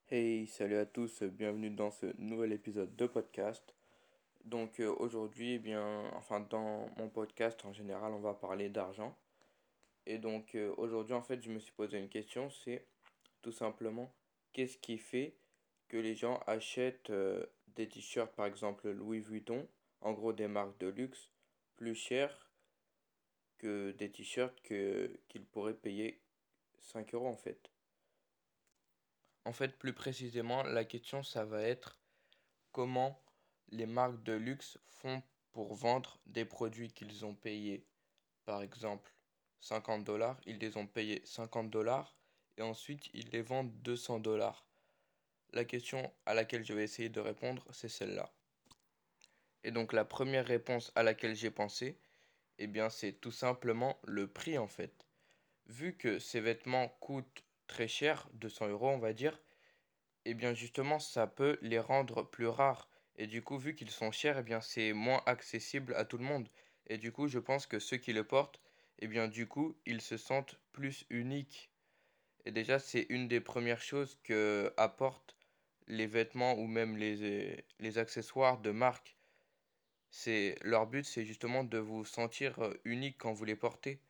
Hey, salut à tous, bienvenue dans ce nouvel épisode de podcast. Aujourd'hui, dans mon podcast en général, on va parler d'argent. Aujourd'hui, en fait, je me suis posé une question, c'est tout simplement, qu'est-ce qui fait que les gens achètent des t-shirts, par exemple Louis Vuitton, en gros des marques de luxe, plus cher que des t-shirts qu'ils pourraient payer 5 euros en fait. En fait, plus précisément, la question, ça va être comment les marques de luxe font pour vendre des produits qu'ils ont payés, par exemple 50 dollars, ils les ont payés 50 dollars et ensuite ils les vendent 200 dollars. La question à laquelle je vais essayer de répondre, c'est celle-là. Et donc la première réponse à laquelle j'ai pensé, c'est tout simplement le prix en fait. Vu que ces vêtements coûtent très cher, 200 euros on va dire, justement, ça peut les rendre plus rares. Et du coup, vu qu'ils sont chers, c'est moins accessible à tout le monde. Et du coup, je pense que ceux qui le portent, du coup, ils se sentent plus uniques. Et déjà, c'est une des premières choses que apportent les vêtements ou même les accessoires de marque. Leur but, c'est justement de vous sentir unique quand vous les portez.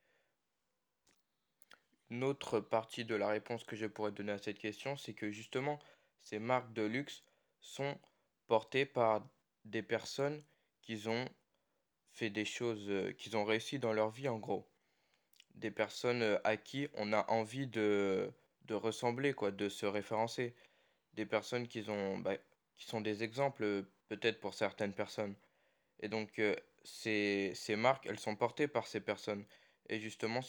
Une autre partie de la réponse que je pourrais donner à cette question, c'est que justement, ces marques de luxe sont portées par des personnes qui ont fait des choses, qui ont réussi dans leur vie en gros. Des personnes à qui on a envie de ressembler, quoi, de se référencer. Des personnes qui sont des exemples peut-être pour certaines personnes. Et donc, ces marques, elles sont portées par ces personnes. Et justement,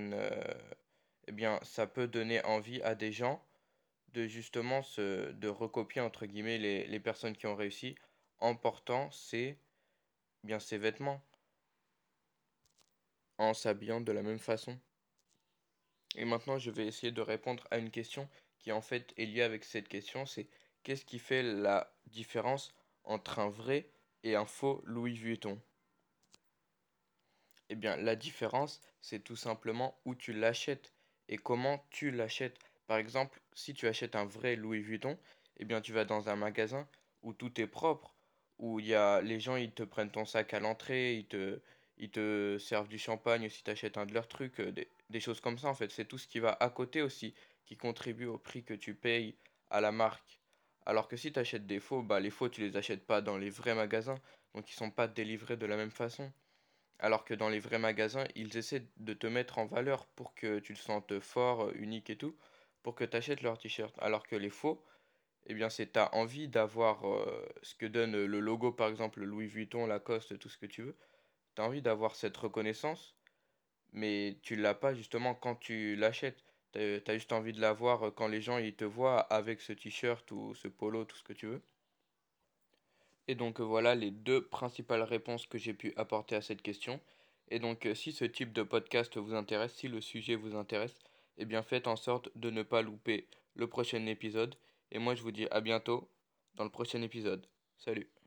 ça peut donner envie à des gens de justement de recopier, entre guillemets, les personnes qui ont réussi en portant ces vêtements, en s'habillant de la même façon. Et maintenant, je vais essayer de répondre à une question qui, en fait, est liée avec cette question, c'est qu'est-ce qui fait la différence entre un vrai et un faux Louis Vuitton? La différence, c'est tout simplement où tu l'achètes et comment tu l'achètes. Par exemple, si tu achètes un vrai Louis Vuitton, tu vas dans un magasin où tout est propre, où les gens, ils te prennent ton sac à l'entrée, ils te servent du champagne si tu achètes un de leurs trucs, des choses comme ça, en fait. C'est tout ce qui va à côté aussi, qui contribue au prix que tu payes à la marque. Alors que si tu achètes des faux, les faux, tu les achètes pas dans les vrais magasins, donc ils sont pas délivrés de la même façon. Alors que dans les vrais magasins, ils essaient de te mettre en valeur pour que tu te sentes fort, unique et tout, pour que tu achètes leur t-shirt. Alors que les faux, c'est t'as envie d'avoir ce que donne le logo, par exemple, Louis Vuitton, Lacoste, tout ce que tu veux. T'as envie d'avoir cette reconnaissance, mais tu l'as pas justement quand tu l'achètes. T'as juste envie de l'avoir quand les gens ils te voient avec ce t-shirt ou ce polo, tout ce que tu veux. Et donc voilà les deux principales réponses que j'ai pu apporter à cette question. Et donc si ce type de podcast vous intéresse, si le sujet vous intéresse, faites en sorte de ne pas louper le prochain épisode. Et moi je vous dis à bientôt dans le prochain épisode. Salut!